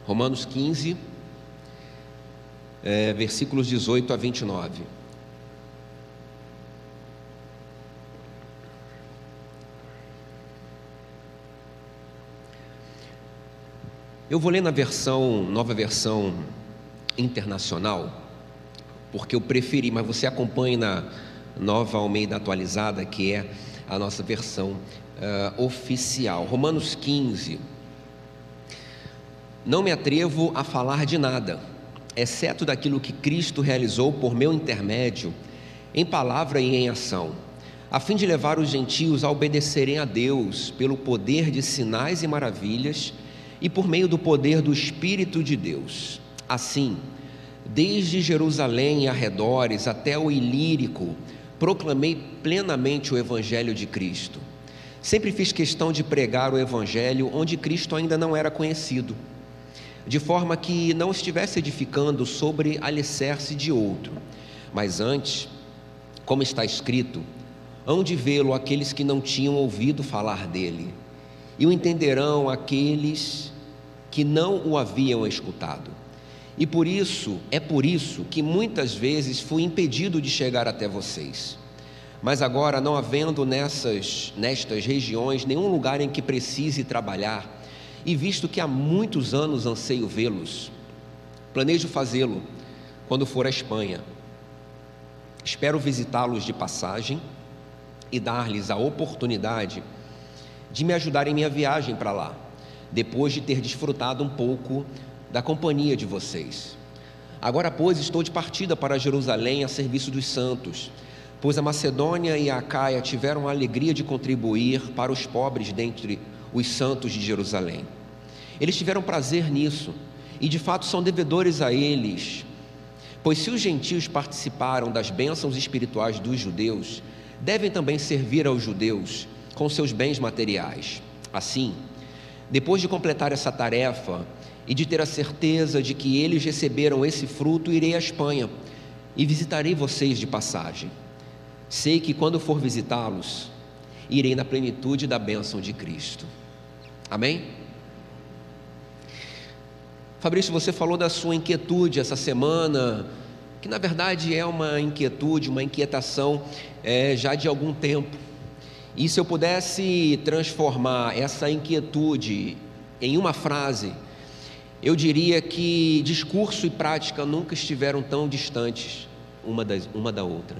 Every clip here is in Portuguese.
Romanos 15, versículos 18 a 29. Eu vou ler na nova versão internacional, porque eu preferi, mas você acompanhe na Nova Almeida Atualizada, que é a nossa versão oficial. Romanos 15. Não me atrevo a falar de nada, exceto daquilo que Cristo realizou por meu intermédio, em palavra e em ação, a fim de levar os gentios a obedecerem a Deus pelo poder de sinais e maravilhas e por meio do poder do Espírito de Deus. Assim, desde Jerusalém e arredores até o Ilírico, proclamei plenamente o Evangelho de Cristo. Sempre fiz questão de pregar o Evangelho onde Cristo ainda não era conhecido, de forma que não estivesse edificando sobre alicerce de outro, mas antes, como está escrito, hão de vê-lo aqueles que não tinham ouvido falar dele, e o entenderão aqueles que não o haviam escutado. E por isso que muitas vezes fui impedido de chegar até vocês. Mas agora, não havendo nestas regiões nenhum lugar em que precise trabalhar, e visto que há muitos anos anseio vê-los, planejo fazê-lo quando for à Espanha. Espero visitá-los de passagem e dar-lhes a oportunidade de me ajudar em minha viagem para lá, depois de ter desfrutado um pouco da companhia de vocês. Agora, pois, estou de partida para Jerusalém a serviço dos santos, pois a Macedônia e a Acaia tiveram a alegria de contribuir para os pobres dentre os santos de Jerusalém. Eles tiveram prazer nisso, e de fato são devedores a eles, pois se os gentios participaram das bênçãos espirituais dos judeus, devem também servir aos judeus com seus bens materiais. Assim, depois de completar essa tarefa e de ter a certeza de que eles receberam esse fruto, irei à Espanha e visitarei vocês de passagem. Sei que quando for visitá-los, irei na plenitude da bênção de Cristo. Amém? Fabrício, você falou da sua inquietude essa semana, que na verdade é uma inquietude, uma inquietação já de algum tempo. E se eu pudesse transformar essa inquietude em uma frase, eu diria que discurso e prática nunca estiveram tão distantes uma da outra.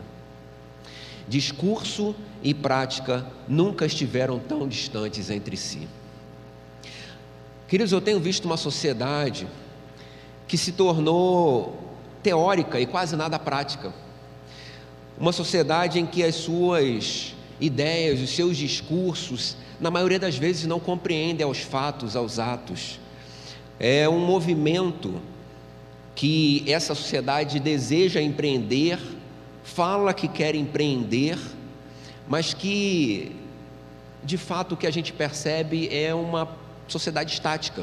Discurso e prática nunca estiveram tão distantes entre si. Queridos, eu tenho visto uma sociedade que se tornou teórica e quase nada prática. Uma sociedade em que as suas ideias, os seus discursos, na maioria das vezes não compreendem aos fatos, aos atos. É um movimento que essa sociedade deseja empreender, fala que quer empreender, mas que, de fato, o que a gente percebe é uma sociedade estática,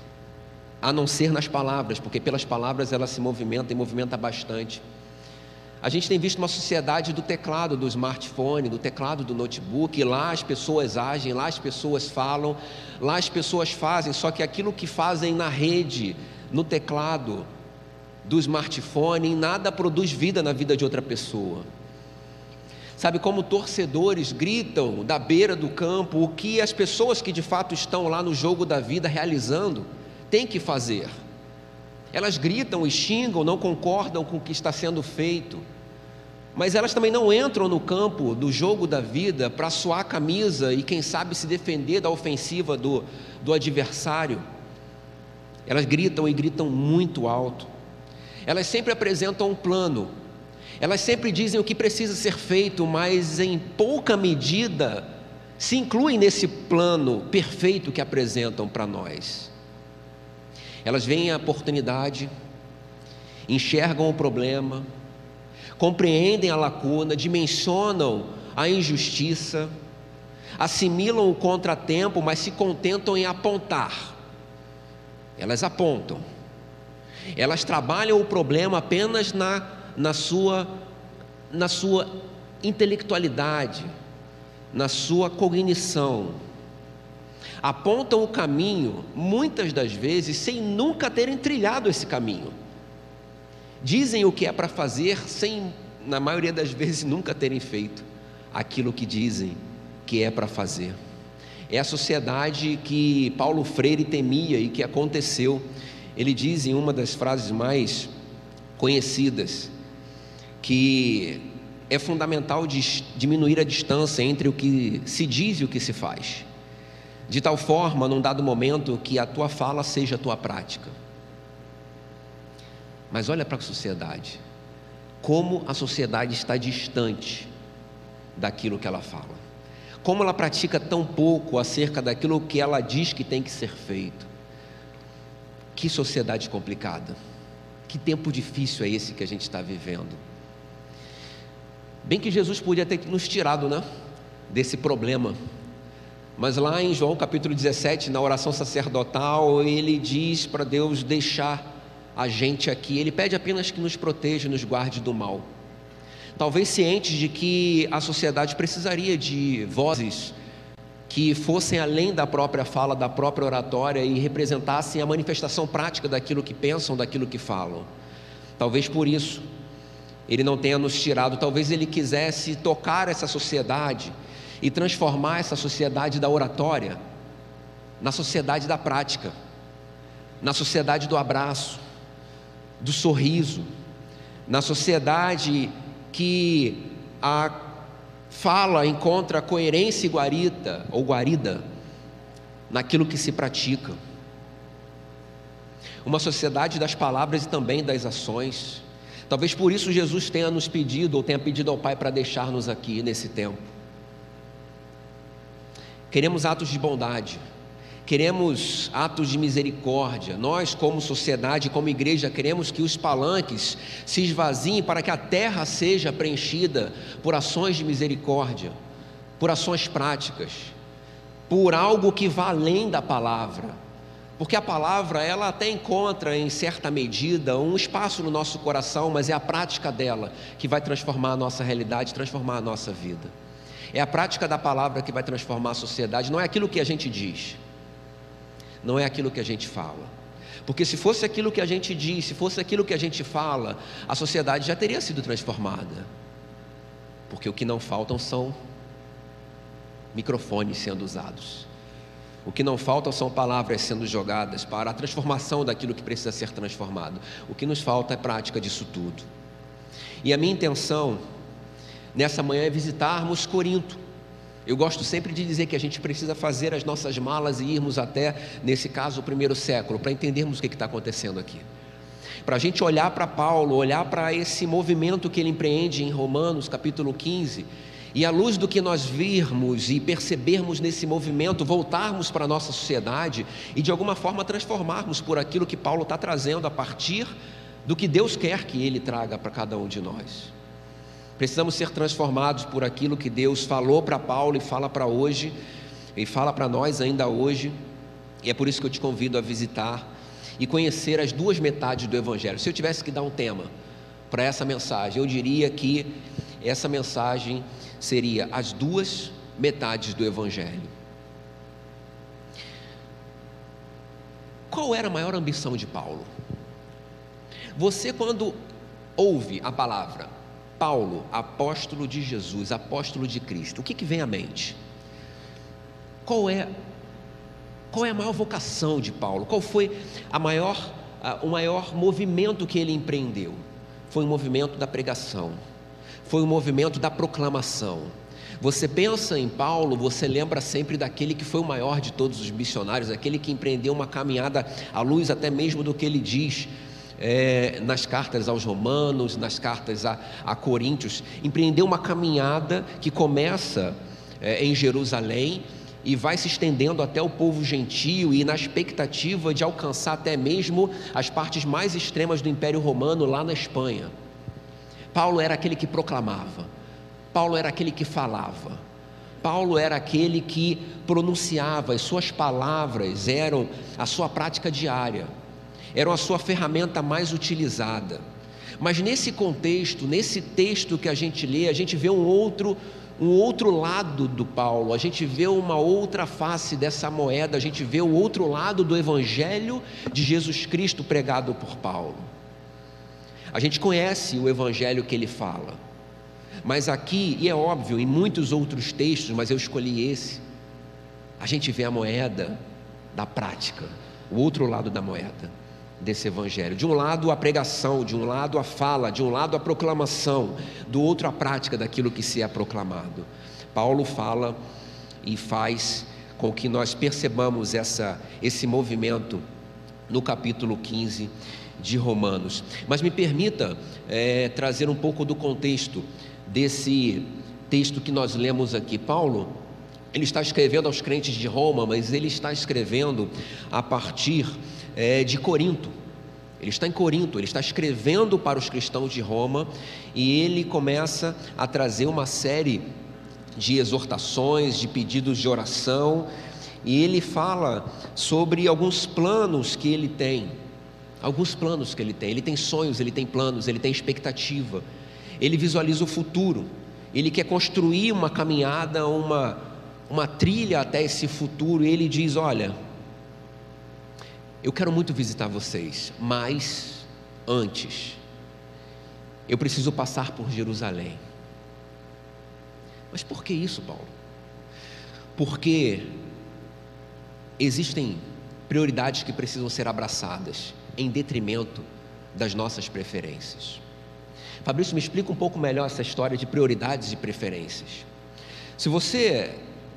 a não ser nas palavras, porque pelas palavras ela se movimenta e movimenta bastante. A gente tem visto uma sociedade do teclado do smartphone, do teclado do notebook, e lá as pessoas agem, lá as pessoas falam, lá as pessoas fazem, só que aquilo que fazem na rede, no teclado do smartphone, em nada produz vida na vida de outra pessoa. Sabe, como torcedores gritam da beira do campo o que as pessoas que de fato estão lá no jogo da vida realizando têm que fazer. Elas gritam e xingam, não concordam com o que está sendo feito, mas elas também não entram no campo do jogo da vida para suar a camisa e quem sabe se defender da ofensiva do adversário. Elas gritam e gritam muito alto. Elas sempre apresentam um plano, elas sempre dizem o que precisa ser feito, mas em pouca medida se incluem nesse plano perfeito que apresentam para nós. Elas veem a oportunidade, enxergam o problema, compreendem a lacuna, dimensionam a injustiça, assimilam o contratempo, mas se contentam em apontar. Elas apontam, elas trabalham o problema apenas na sua intelectualidade, na sua cognição. apontam o caminho, muitas das vezes, sem nunca terem trilhado esse caminho. Dizem o que é para fazer, sem, na maioria das vezes, nunca terem feito aquilo que dizem que é para fazer. É a sociedade que Paulo Freire temia e que aconteceu. Ele diz em uma das frases mais conhecidas que é fundamental diminuir a distância entre o que se diz e o que se faz, de tal forma, num dado momento, que a tua fala seja a tua prática. Mas olha para a sociedade, como a sociedade está distante daquilo que ela fala, como ela pratica tão pouco acerca daquilo que ela diz que tem que ser feito. Que sociedade complicada, que tempo difícil é esse que a gente está vivendo. Bem que Jesus podia ter nos tirado, né, desse problema, mas lá em João capítulo 17, na oração sacerdotal, ele diz para Deus deixar a gente aqui. Ele pede apenas que nos proteja, nos guarde do mal. Talvez cientes de que a sociedade precisaria de vozes que fossem além da própria fala, da própria oratória, e representassem a manifestação prática daquilo que pensam, daquilo que falam. Talvez por isso ele não tenha nos tirado. Talvez ele quisesse tocar essa sociedade e transformar essa sociedade da oratória na sociedade da prática, na sociedade do abraço, do sorriso, na sociedade que a fala encontra coerência e guarida naquilo que se pratica. Uma sociedade das palavras e também das ações. Talvez por isso Jesus tenha nos pedido, ou tenha pedido ao Pai para deixar-nos aqui nesse tempo. Queremos atos de bondade, queremos atos de misericórdia. Nós, como sociedade, como igreja, queremos que os palanques se esvaziem para que a terra seja preenchida por ações de misericórdia, por ações práticas, por algo que vá além da palavra. Porque a palavra, ela até encontra em certa medida um espaço no nosso coração, mas é a prática dela que vai transformar a nossa realidade, transformar a nossa vida. É a prática da palavra que vai transformar a sociedade, não é aquilo que a gente diz, não é aquilo que a gente fala. Porque se fosse aquilo que a gente diz, se fosse aquilo que a gente fala, a sociedade já teria sido transformada. Porque o que não faltam são microfones sendo usados. O que não faltam são palavras sendo jogadas para a transformação daquilo que precisa ser transformado. O que nos falta é prática disso tudo. E a minha intenção nessa manhã é visitarmos Corinto. Eu gosto sempre de dizer que a gente precisa fazer as nossas malas e irmos até, nesse caso, o primeiro século, para entendermos o que está acontecendo aqui. Para a gente olhar para Paulo, olhar para esse movimento que ele empreende em Romanos capítulo 15, e à luz do que nós virmos e percebermos nesse movimento, voltarmos para a nossa sociedade e de alguma forma transformarmos por aquilo que Paulo está trazendo a partir do que Deus quer que ele traga para cada um de nós. Precisamos ser transformados por aquilo que Deus falou para Paulo e fala para hoje, e fala para nós ainda hoje, e é por isso que eu te convido a visitar e conhecer as duas metades do Evangelho. Se eu tivesse que dar um tema para essa mensagem, eu diria que essa mensagem seria as duas metades do Evangelho. Qual era a maior ambição de Paulo? Você, quando ouve a palavra Paulo, apóstolo de Jesus, apóstolo de Cristo, o que vem à mente? Qual é a maior vocação de Paulo? Qual foi o maior movimento que ele empreendeu? Foi o movimento da pregação, foi o movimento da proclamação. Você pensa em Paulo, você lembra sempre daquele que foi o maior de todos os missionários, aquele que empreendeu uma caminhada à luz até mesmo do que ele diz nas cartas aos Romanos, nas cartas a Coríntios. Empreendeu uma caminhada que começa em Jerusalém e vai se estendendo até o povo gentio, e na expectativa de alcançar até mesmo as partes mais extremas do Império Romano lá na Espanha. Paulo era aquele que proclamava, Paulo era aquele que falava, Paulo era aquele que pronunciava. As suas palavras eram a sua prática diária, eram a sua ferramenta mais utilizada. Mas nesse contexto, nesse texto que a gente lê, a gente vê um um outro lado do Paulo, a gente vê uma outra face dessa moeda, a gente vê o outro lado do Evangelho de Jesus Cristo pregado por Paulo. A gente conhece o Evangelho que ele fala, mas aqui, e é óbvio, em muitos outros textos, mas eu escolhi esse, a gente vê a moeda da prática, o outro lado da moeda desse Evangelho. De um lado a pregação, de um lado a fala, de um lado a proclamação, do outro a prática daquilo que se é proclamado. Paulo fala e faz com que nós percebamos esse movimento no capítulo 15 de Romanos. Mas me permita trazer um pouco do contexto desse texto que nós lemos aqui. Paulo, ele está escrevendo aos crentes de Roma, mas ele está escrevendo a partir de Corinto. Ele está em Corinto, ele está escrevendo para os cristãos de Roma, e ele começa a trazer uma série de exortações, de pedidos de oração, e ele fala sobre alguns planos que ele tem. Ele tem sonhos, ele tem planos, ele tem expectativa, ele visualiza o futuro, ele quer construir uma caminhada, uma trilha até esse futuro, e ele diz: olha, eu quero muito visitar vocês, mas antes eu preciso passar por Jerusalém. Mas por que isso, Paulo? Porque existem prioridades que precisam ser abraçadas em detrimento das nossas preferências. Fabrício, me explica um pouco melhor essa história de prioridades e preferências. Se você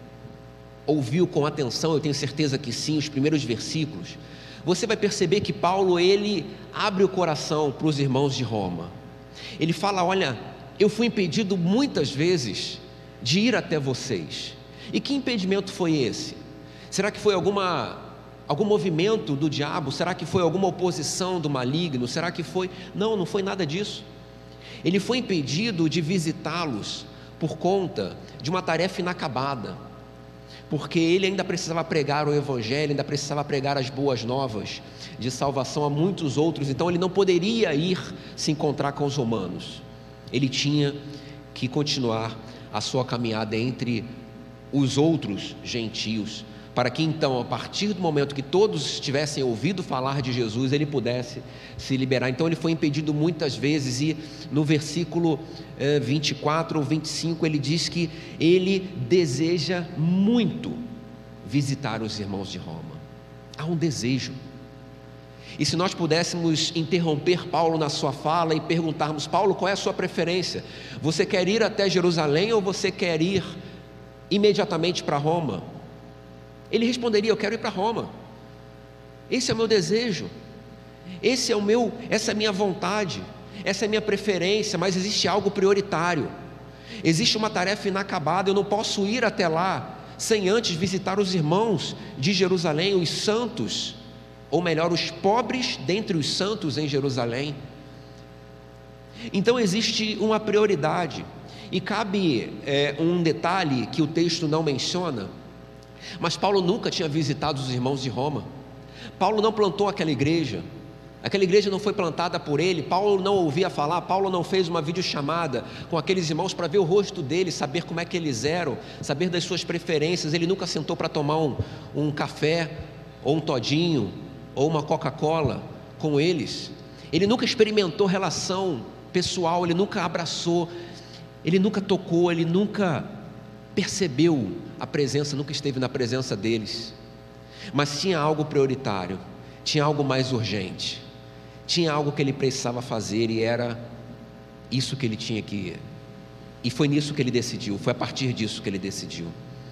ouviu com atenção, eu tenho certeza que sim, os primeiros versículos, você vai perceber que Paulo, ele abre o coração para os irmãos de Roma. Ele fala: olha, eu fui impedido muitas vezes de ir até vocês. E que impedimento foi esse? Será que foi algum movimento do diabo? Será que foi alguma oposição do maligno? Será que foi... Não foi nada disso. Ele foi impedido de visitá-los por conta de uma tarefa inacabada, porque ele ainda precisava pregar o Evangelho, ainda precisava pregar as boas novas de salvação a muitos outros. Então ele não poderia ir se encontrar com os romanos, ele tinha que continuar a sua caminhada entre os outros gentios, para que então, a partir do momento que todos tivessem ouvido falar de Jesus, ele pudesse se liberar. Então ele foi impedido muitas vezes, e no versículo 24 ou 25 ele diz que ele deseja muito visitar os irmãos de Roma. Há um desejo. E se nós pudéssemos interromper Paulo na sua fala e perguntarmos: Paulo, qual é a sua preferência? Você quer ir até Jerusalém ou você quer ir imediatamente para Roma? Ele responderia: eu quero ir para Roma. Esse é o meu desejo, essa é a minha vontade, essa é a minha preferência. Mas existe algo prioritário, existe uma tarefa inacabada. Eu não posso ir até lá sem antes visitar os irmãos de Jerusalém, os santos, ou melhor, os pobres dentre os santos em Jerusalém. Então existe uma prioridade, e cabe um detalhe que o texto não menciona, mas Paulo nunca tinha visitado os irmãos de Roma. Paulo não plantou aquela igreja não foi plantada por ele. Paulo não ouvia falar, Paulo não fez uma videochamada com aqueles irmãos para ver o rosto deles, saber como é que eles eram, saber das suas preferências. Ele nunca sentou para tomar um café, ou um todinho, ou uma Coca-Cola com eles. Ele nunca experimentou relação pessoal, ele nunca abraçou, ele nunca tocou, ele nunca percebeu a presença, nunca esteve na presença deles. Mas tinha algo prioritário, tinha algo mais urgente, tinha algo que ele precisava fazer, e era isso que ele tinha que ir. E foi nisso que ele decidiu, foi a partir disso que ele decidiu.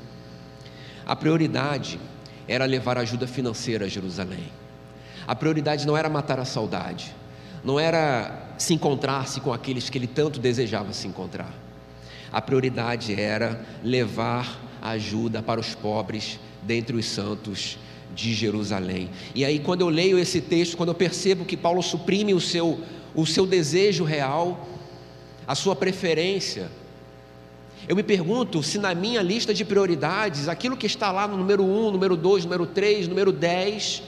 A prioridade era levar ajuda financeira a Jerusalém. A prioridade não era matar a saudade, não era se encontrar-se com aqueles que ele tanto desejava se encontrar. A prioridade era levar ajuda para os pobres dentre os santos de Jerusalém. E aí, quando eu leio esse texto, quando eu percebo que Paulo suprime o seu desejo real, a sua preferência, eu me pergunto se na minha lista de prioridades, aquilo que está lá no número 1, número 2, número 3, número 10,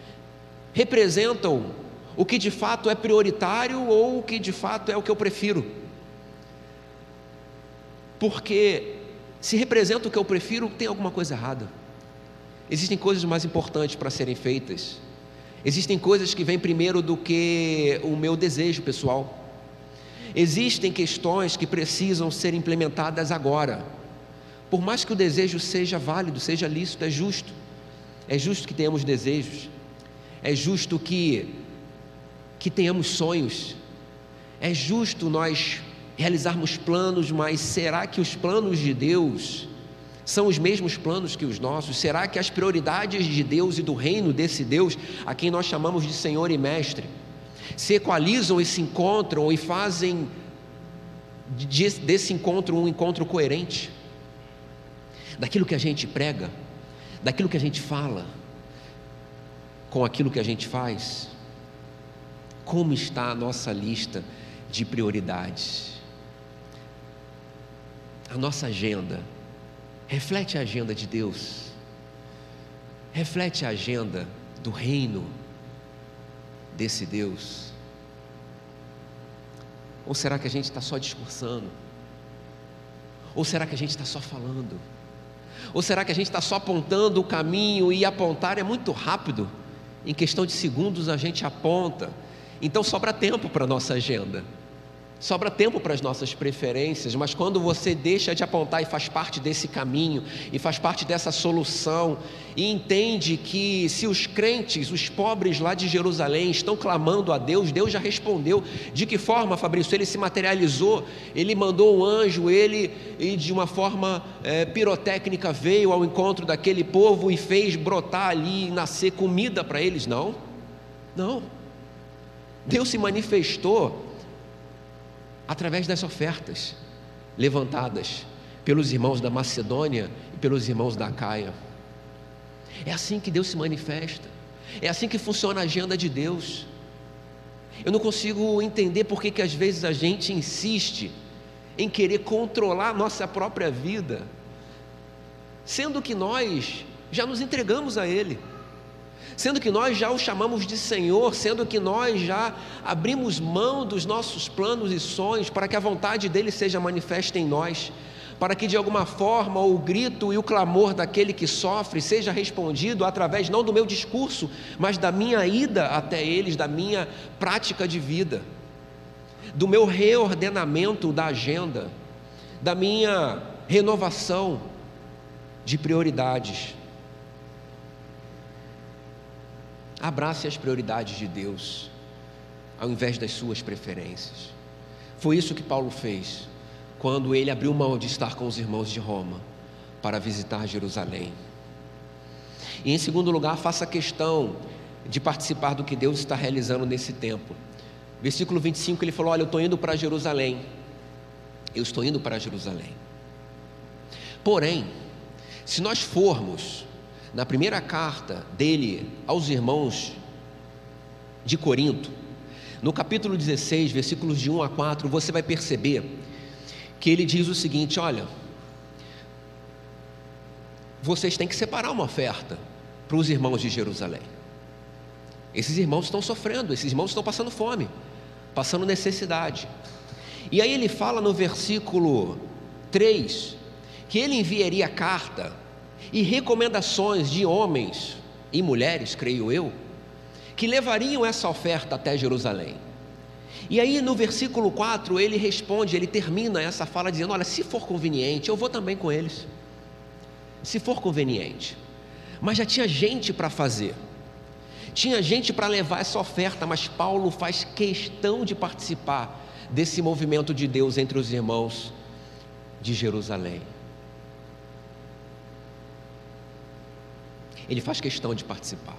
representam o que de fato é prioritário ou o que de fato é o que eu prefiro. Porque Se representa o que eu prefiro, tem alguma coisa errada. Existem coisas mais importantes para serem feitas. Existem coisas que vêm primeiro do que o meu desejo pessoal. Existem questões que precisam ser implementadas agora. Por mais que o desejo seja válido, seja lícito, é justo. É justo que tenhamos desejos. É justo que tenhamos sonhos. É justo nós realizarmos planos, mas será que os planos de Deus são os mesmos planos que os nossos? Será que as prioridades de Deus e do reino desse Deus, a quem nós chamamos de Senhor e Mestre, se equalizam e se encontram e fazem desse encontro um encontro coerente? Daquilo que a gente prega, daquilo que a gente fala, com aquilo que a gente faz? Como está a nossa lista de prioridades? A nossa agenda reflete a agenda de Deus? Reflete a agenda do reino desse Deus? Ou será que a gente está só discursando? Ou será que a gente está só falando? Ou será que a gente está só apontando o caminho, e apontar é muito rápido? Em questão de segundos a gente aponta. Então sobra tempo para a nossa agenda, sobra tempo para as nossas preferências. Mas quando você deixa de apontar e faz parte desse caminho, e faz parte dessa solução, e entende que se os crentes, os pobres lá de Jerusalém estão clamando a Deus, Deus já respondeu. De que forma, Fabrício? Ele se materializou, ele mandou um anjo, e de uma forma pirotécnica veio ao encontro daquele povo e fez brotar ali e nascer comida para eles? Não. Deus se manifestou através das ofertas levantadas pelos irmãos da Macedônia e pelos irmãos da Acaia. É assim que Deus se manifesta, é assim que funciona a agenda de Deus. Eu não consigo entender por que às vezes a gente insiste em querer controlar a nossa própria vida, sendo que nós já nos entregamos a Ele, sendo que nós já o chamamos de Senhor, sendo que nós já abrimos mão dos nossos planos e sonhos para que a vontade dEle seja manifesta em nós, para que de alguma forma o grito e o clamor daquele que sofre seja respondido através não do meu discurso, mas da minha ida até eles, da minha prática de vida, do meu reordenamento da agenda, da minha renovação de prioridades. Abrace as prioridades de Deus, ao invés das suas preferências. Foi isso que Paulo fez, quando ele abriu mão de estar com os irmãos de Roma, para visitar Jerusalém. E em segundo lugar, faça questão de participar do que Deus está realizando nesse tempo. Versículo 25, ele falou: olha, eu estou indo para Jerusalém. Eu estou indo para Jerusalém. Porém, se nós formos na primeira carta dele aos irmãos de Corinto, no capítulo 16, versículos de 1 a 4, você vai perceber que ele diz o seguinte: olha, vocês têm que separar uma oferta para os irmãos de Jerusalém. Esses irmãos estão sofrendo, esses irmãos estão passando fome, passando necessidade. E aí ele fala no versículo 3, que ele enviaria carta e recomendações de homens e mulheres, creio eu, que levariam essa oferta até Jerusalém. E aí no versículo 4 ele responde, ele termina essa fala dizendo: olha, se for conveniente, eu vou também com eles, se for conveniente. Mas já tinha gente para fazer, tinha gente para levar essa oferta, mas Paulo faz questão de participar desse movimento de Deus entre os irmãos de Jerusalém. Ele faz questão de participar.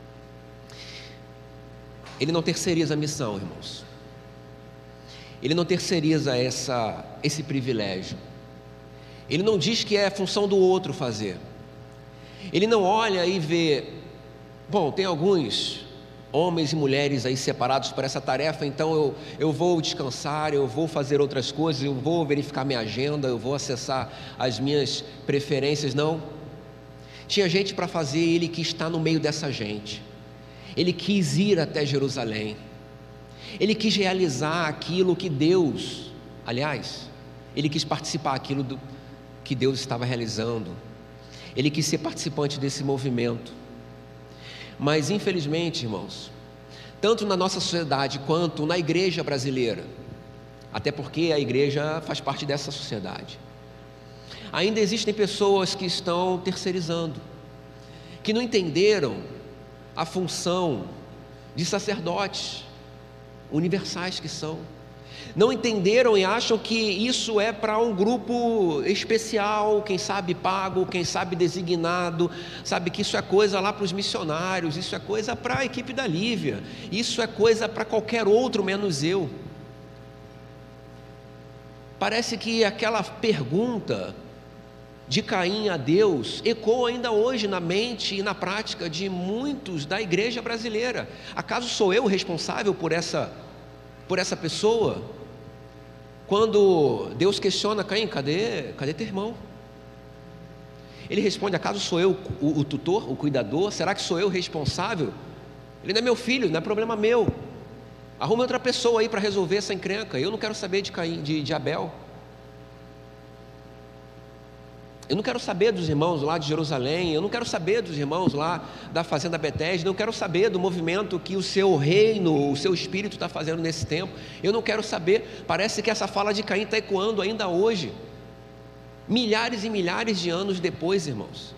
Ele não terceiriza a missão, irmãos. Ele não terceiriza esse privilégio. Ele não diz que é função do outro fazer. Ele não olha e vê: bom, tem alguns homens e mulheres aí separados para essa tarefa, então eu vou descansar, eu vou fazer outras coisas, eu vou verificar minha agenda, eu vou acessar as minhas preferências. Não. Tinha gente para fazer, ele quis estar no meio dessa gente. Ele quis ir até Jerusalém. Ele quis realizar aquilo que Deus, aliás, ele quis participar que Deus estava realizando. Ele quis ser participante desse movimento. Mas infelizmente, irmãos, tanto na nossa sociedade quanto na igreja brasileira, até porque a igreja faz parte dessa sociedade, ainda existem pessoas que estão terceirizando, que não entenderam a função de sacerdotes universais que são, não entenderam e acham que isso é para um grupo especial, quem sabe pago, quem sabe designado, sabe que isso é coisa lá para os missionários, isso é coisa para a equipe da Lívia, isso é coisa para qualquer outro menos eu. Parece que aquela pergunta de Caim a Deus ecoa ainda hoje na mente e na prática de muitos da igreja brasileira. Acaso sou eu responsável por essa pessoa? Quando Deus questiona Caim, cadê teu irmão? Ele responde, acaso sou eu o tutor, o cuidador? Será que sou eu responsável? Ele não é meu filho, não é problema meu. Arrume outra pessoa aí para resolver essa encrenca. Eu não quero saber de Caim, de Abel. Eu não quero saber dos irmãos lá de Jerusalém, eu não quero saber dos irmãos lá da fazenda Betesda, eu não quero saber do movimento que o seu reino, o seu espírito está fazendo nesse tempo, eu não quero saber. Parece que essa fala de Caim está ecoando ainda hoje, milhares e milhares de anos depois, irmãos.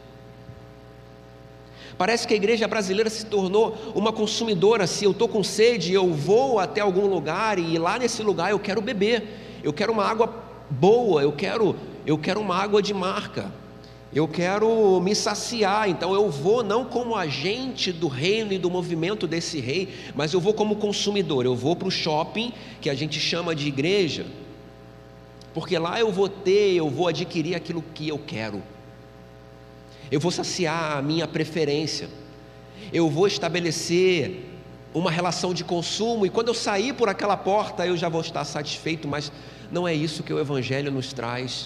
Parece que a igreja brasileira se tornou uma consumidora. Se eu estou com sede, eu vou até algum lugar e lá nesse lugar eu quero beber, eu quero uma água boa, eu quero uma água de marca, eu quero me saciar. Então eu vou não como agente do reino e do movimento desse rei, mas eu vou como consumidor. Eu vou para o shopping, que a gente chama de igreja, porque lá eu vou adquirir aquilo que eu quero, eu vou saciar a minha preferência, eu vou estabelecer uma relação de consumo, e quando eu sair por aquela porta eu já vou estar satisfeito. Mas não é isso que o Evangelho nos traz.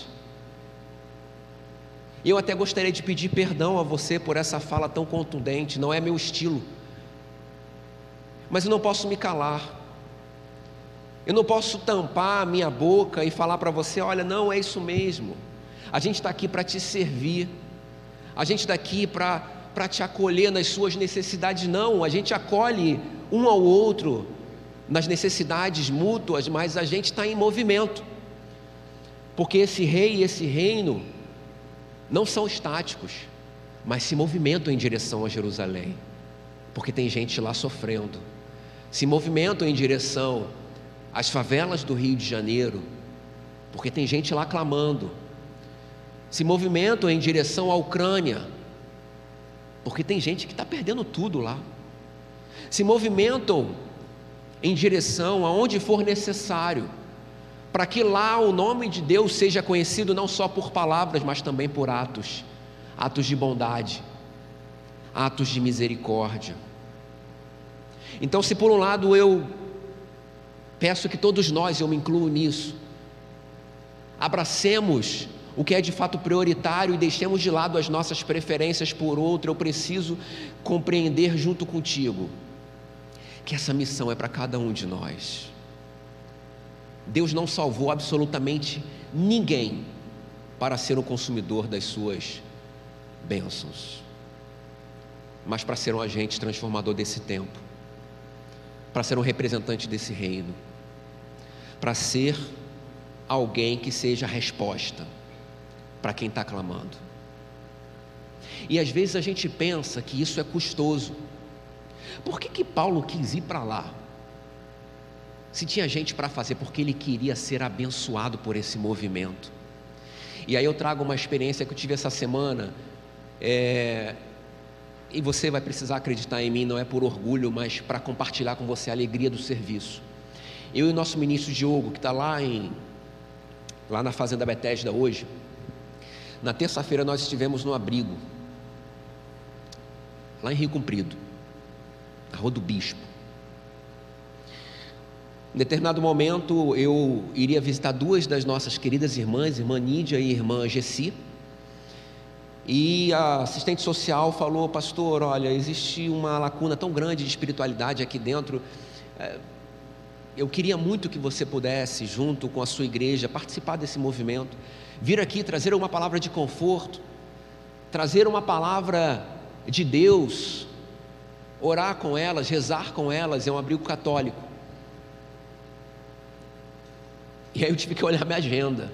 Eu até gostaria de pedir perdão a você por essa fala tão contundente, não é meu estilo, mas eu não posso me calar, eu não posso tampar a minha boca e falar para você, olha, não é isso mesmo, a gente está aqui para te servir, a gente está aqui para te acolher nas suas necessidades. Não, a gente acolhe um ao outro nas necessidades mútuas, mas a gente está em movimento, porque esse rei e esse reino não são estáticos, mas se movimentam em direção a Jerusalém, porque tem gente lá sofrendo, se movimentam em direção às favelas do Rio de Janeiro, porque tem gente lá clamando, se movimentam em direção à Ucrânia, porque tem gente que está perdendo tudo lá, se movimentam em direção aonde for necessário, para que lá o nome de Deus seja conhecido não só por palavras, mas também por atos de bondade, atos de misericórdia. Então, se por um lado eu peço que todos nós, eu me incluo nisso, abracemos o que é de fato prioritário e deixemos de lado as nossas preferências por outro, eu preciso compreender junto contigo que essa missão é para cada um de nós. Deus não salvou absolutamente ninguém para ser um consumidor das suas bênçãos, mas para ser um agente transformador desse tempo, para ser um representante desse reino, para ser alguém que seja a resposta para quem está clamando. E às vezes a gente pensa que isso é custoso. Por que Paulo quis ir para lá? Se tinha gente para fazer, porque ele queria ser abençoado por esse movimento. E aí eu trago uma experiência que eu tive essa semana, e você vai precisar acreditar em mim, não é por orgulho, mas para compartilhar com você a alegria do serviço. Eu e o nosso ministro Diogo, que está lá na fazenda Betesda hoje, na terça-feira nós estivemos no abrigo, lá em Rio Comprido, na Rua do Bispo. Em determinado momento eu iria visitar duas das nossas queridas irmãs, irmã Nídia e irmã Gessi, e a assistente social falou: pastor, olha, existe uma lacuna tão grande de espiritualidade aqui dentro, eu queria muito que você pudesse, junto com a sua igreja, participar desse movimento, vir aqui trazer uma palavra de conforto, trazer uma palavra de Deus, orar com elas, rezar com elas. É um abrigo católico. E aí eu tive que olhar minha agenda.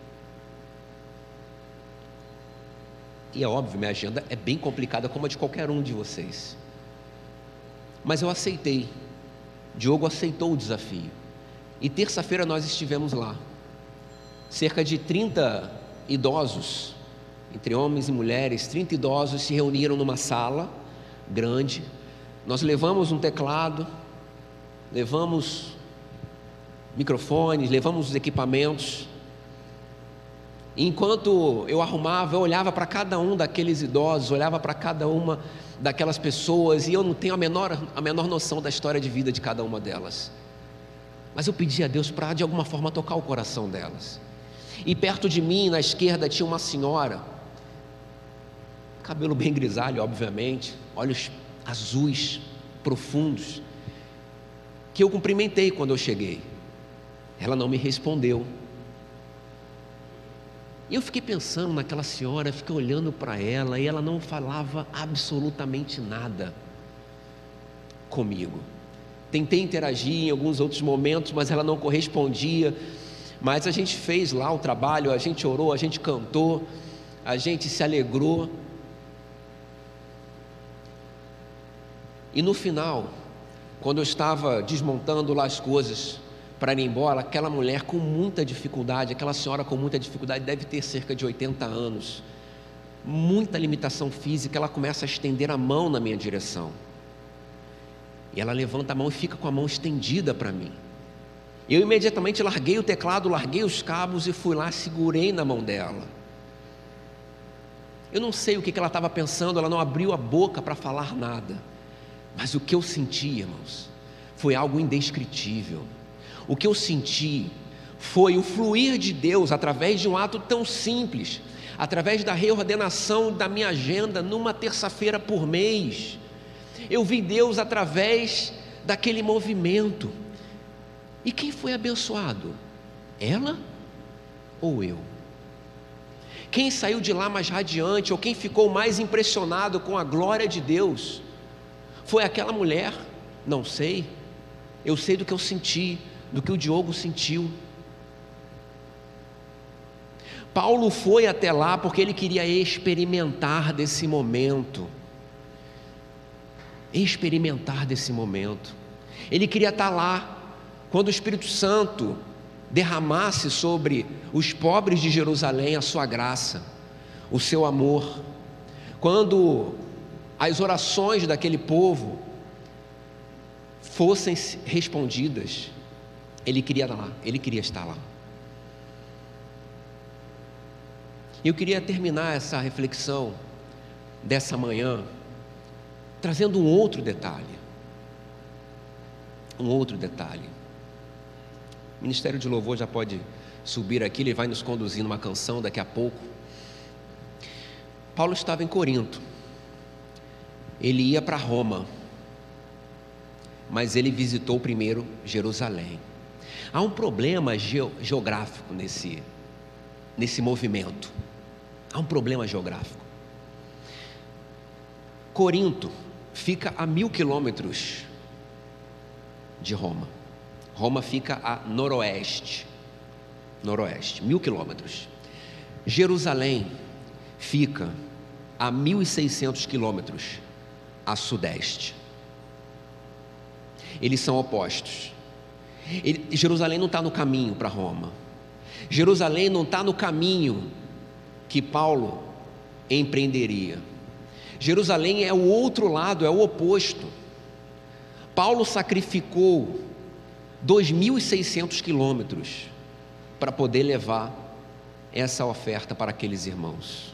E é óbvio, minha agenda é bem complicada, como a de qualquer um de vocês. Mas eu aceitei. Diogo aceitou o desafio. E terça-feira nós estivemos lá. Cerca de 30 idosos, entre homens e mulheres, 30 idosos se reuniram numa sala grande. Nós levamos um teclado, levamos microfones, levamos os equipamentos. E enquanto eu arrumava, eu olhava para cada um daqueles idosos, olhava para cada uma daquelas pessoas, e eu não tenho a menor noção da história de vida de cada uma delas, mas eu pedi a Deus para de alguma forma tocar o coração delas. E perto de mim, na esquerda, tinha uma senhora, cabelo bem grisalho, obviamente, olhos azuis, profundos, que eu cumprimentei quando eu cheguei. Ela não me respondeu. E eu fiquei pensando naquela senhora, fiquei olhando para ela, e ela não falava absolutamente nada comigo. Tentei interagir em alguns outros momentos, mas ela não correspondia. Mas a gente fez lá o trabalho, a gente orou, a gente cantou, a gente se alegrou. E no final, quando eu estava desmontando lá as coisas para ir embora, aquela mulher com muita dificuldade, aquela senhora com muita dificuldade, deve ter cerca de 80 anos, muita limitação física, ela começa a estender a mão na minha direção. E ela levanta a mão e fica com a mão estendida para mim. Eu imediatamente larguei o teclado, larguei os cabos e fui lá, segurei na mão dela. Eu não sei o que ela estava pensando, ela não abriu a boca para falar nada. Mas o que eu senti, irmãos, foi algo indescritível. O que eu senti foi o fluir de Deus através de um ato tão simples, através da reordenação da minha agenda numa terça-feira por mês. Eu vi Deus através daquele movimento. E quem foi abençoado? Ela ou eu? Quem saiu de lá mais radiante, ou quem ficou mais impressionado com a glória de Deus? Foi aquela mulher? Não sei. Eu sei do que eu senti, do que o Diogo sentiu. Paulo foi até lá porque ele queria experimentar desse momento. Experimentar desse momento. Ele queria estar lá quando o Espírito Santo derramasse sobre os pobres de Jerusalém a sua graça, o seu amor. Quando as orações daquele povo fossem respondidas, ele queria estar lá, ele queria estar lá. Eu queria terminar essa reflexão dessa manhã trazendo um outro detalhe. O Ministério de Louvor já pode subir aqui, ele vai nos conduzir numa canção daqui a pouco. Paulo estava em Corinto, ele ia para Roma, mas ele visitou primeiro Jerusalém. Há um problema geográfico nesse movimento. Há um problema geográfico. Corinto fica a 1000 quilômetros de Roma. Roma fica a noroeste, 1000 quilômetros. Jerusalém fica a 1.600 quilômetros a sudeste. Eles são opostos. Jerusalém não está no caminho para Roma. Jerusalém não está no caminho que Paulo empreenderia. Jerusalém é o outro lado, é o oposto. Paulo sacrificou 2.600 quilômetros para poder levar essa oferta para aqueles irmãos.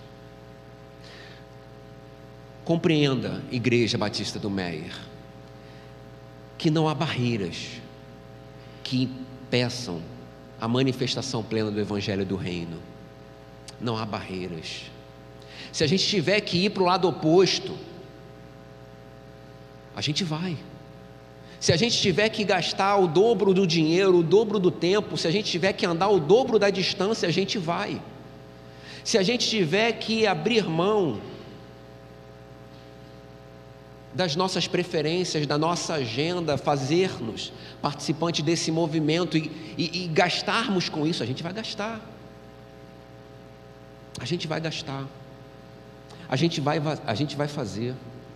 Compreenda, Igreja Batista do Meier, que não há barreiras que impeçam a manifestação plena do Evangelho do Reino. Não há barreiras. Se a gente tiver que ir para o lado oposto, a gente vai. se a gente tiver que gastar o dobro do dinheiro, o dobro do tempo, se a gente tiver que andar o dobro da distância, a gente vai. Se a gente tiver que abrir mão das nossas preferências, da nossa agenda, fazer-nos participantes desse movimento e gastarmos com isso, a gente vai gastar. A gente vai gastar. A gente vai fazer.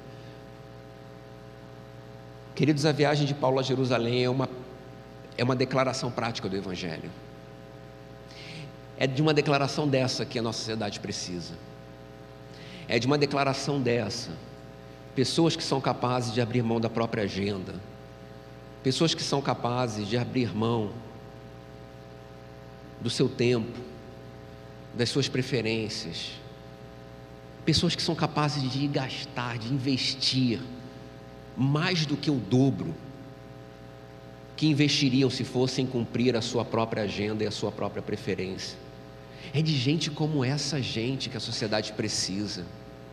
Queridos, a viagem de Paulo a Jerusalém é uma declaração prática do Evangelho. É de uma declaração dessa que a nossa sociedade precisa. É de uma declaração dessa. Pessoas que são capazes de abrir mão da própria agenda. Pessoas que são capazes de abrir mão do seu tempo, das suas preferências. Pessoas que são capazes de gastar, de investir mais do que o dobro que investiriam se fossem cumprir a sua própria agenda e a sua própria preferência. É de gente como essa gente que a sociedade precisa.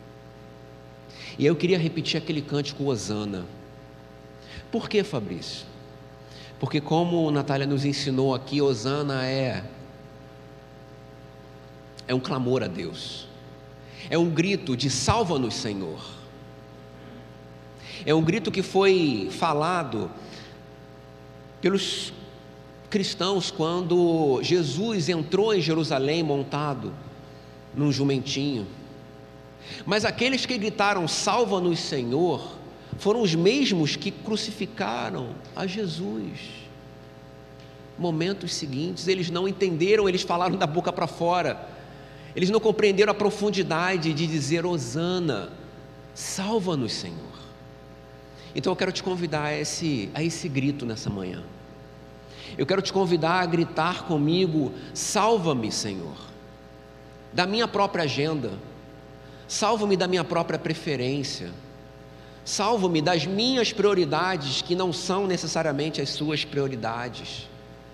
E eu queria repetir aquele cântico Hosana. Por que, Fabrício? Porque como Natália nos ensinou aqui, Hosana é um clamor a Deus. É um grito de salva-nos, Senhor. É um grito que foi falado pelos cristãos quando Jesus entrou em Jerusalém montado num jumentinho. Mas aqueles que gritaram salva-nos, Senhor, foram os mesmos que crucificaram a Jesus. Momentos seguintes, eles não entenderam, eles falaram da boca para fora. Eles não compreenderam a profundidade de dizer Hosana, salva-nos, Senhor. Então eu quero te convidar a esse grito nessa manhã. Eu quero te convidar a gritar comigo, salva-me, Senhor, da minha própria agenda, salva-me da minha própria preferência, salva-me das minhas prioridades que não são necessariamente as suas prioridades,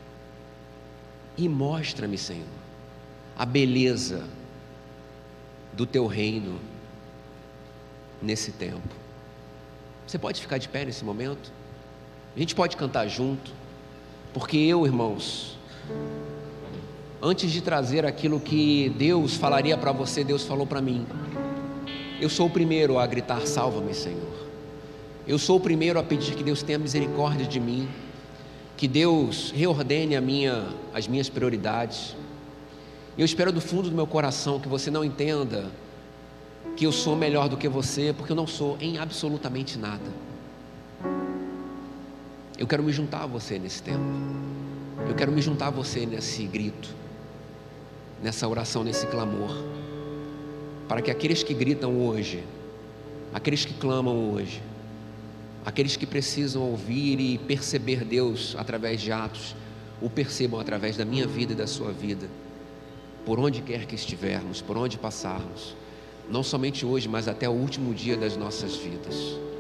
e mostra-me, Senhor, a beleza do teu reino nesse tempo. Você pode ficar de pé nesse momento? A gente pode cantar junto, porque eu, irmãos, antes de trazer aquilo que Deus falaria para você, Deus falou para mim. Eu sou o primeiro a gritar salva-me, Senhor. Eu sou o primeiro a pedir que Deus tenha misericórdia de mim, que Deus reordene as minhas prioridades. Eu espero do fundo do meu coração que você não entenda que eu sou melhor do que você, porque eu não sou em absolutamente nada. Eu quero me juntar a você nesse tempo. Eu quero me juntar a você nesse grito, nessa oração, nesse clamor, para que aqueles que gritam hoje, aqueles que clamam hoje, aqueles que precisam ouvir e perceber Deus através de atos, o percebam através da minha vida e da sua vida, por onde quer que estivermos, por onde passarmos, não somente hoje, mas até o último dia das nossas vidas.